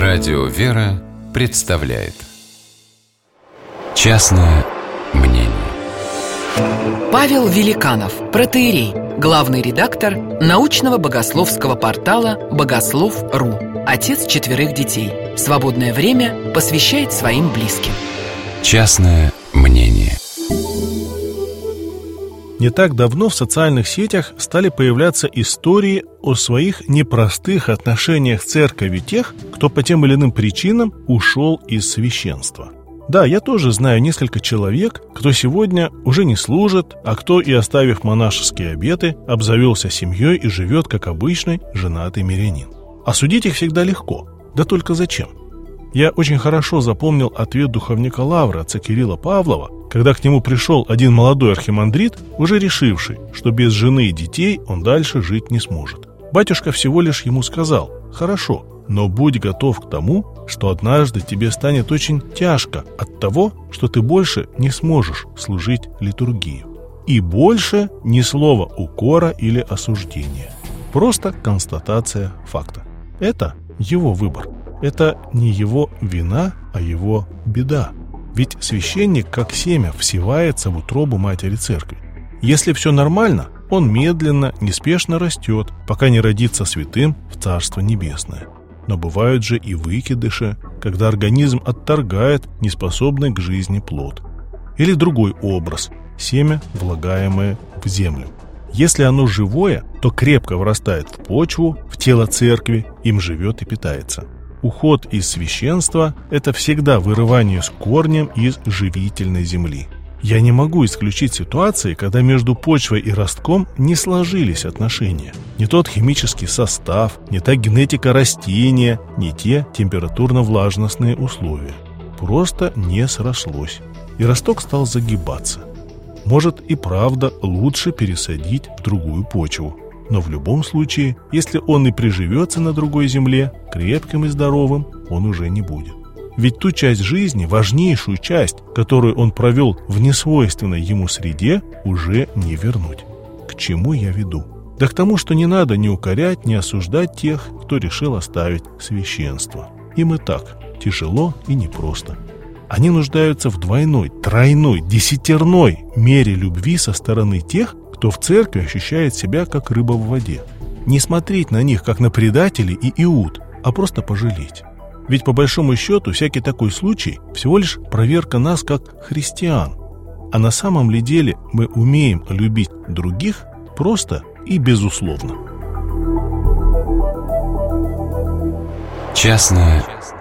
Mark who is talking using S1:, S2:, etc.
S1: Радио «Вера» представляет «Частное мнение».
S2: Павел Великанов, протоиерей, главный редактор научного богословского портала «Богослов.ру», отец 4 детей. Свободное время посвящает своим близким.
S1: Частное мнение.
S3: Не так давно в социальных сетях стали появляться истории о своих непростых отношениях в церкви тех, кто по тем или иным причинам ушел из священства. Да, я тоже знаю несколько человек, кто сегодня уже не служит, а кто, и оставив монашеские обеты, обзавелся семьей и живет как обычный женатый мирянин. Осудить их всегда легко, да только зачем? Я очень хорошо запомнил ответ духовника Лавры, отца Кирилла Павлова, когда к нему пришел один молодой архимандрит, уже решивший, что без жены и детей он дальше жить не сможет. Батюшка всего лишь ему сказал: «Хорошо, но будь готов к тому, что однажды тебе станет очень тяжко от того, что ты больше не сможешь служить литургии. И больше ни слова укора или осуждения. Просто констатация факта. Это его выбор. Это не его вина, а его беда. Ведь священник, как семя, всевается в утробу матери церкви. Если все нормально, он медленно, неспешно растет, пока не родится святым в Царство Небесное. Но бывают же и выкидыши, когда организм отторгает неспособный к жизни плод. Или другой образ – семя, влагаемое в землю. Если оно живое, то крепко врастает в почву, в тело церкви, им живет и питается. Уход из священства – это всегда вырывание с корнем из живительной земли. Я не могу исключить ситуации, когда между почвой и ростком не сложились отношения. Не тот химический состав, не та генетика растения, не те температурно-влажностные условия. Просто не срослось, и росток стал загибаться. Может и правда лучше пересадить в другую почву. Но в любом случае, если он и приживется на другой земле, крепким и здоровым он уже не будет. Ведь ту часть жизни, важнейшую часть, которую он провел в несвойственной ему среде, уже не вернуть. К чему я веду? Да к тому, что не надо ни укорять, ни осуждать тех, кто решил оставить священство. Им и так тяжело и непросто. Они нуждаются в двойной, тройной, десятерной мере любви со стороны тех, кто в церкви ощущает себя как рыба в воде. Не смотреть на них, как на предателей и иуд, а просто пожалеть. Ведь по большому счету всякий такой случай всего лишь проверка нас как христиан. А на самом ли деле мы умеем любить других просто и безусловно?
S1: Частное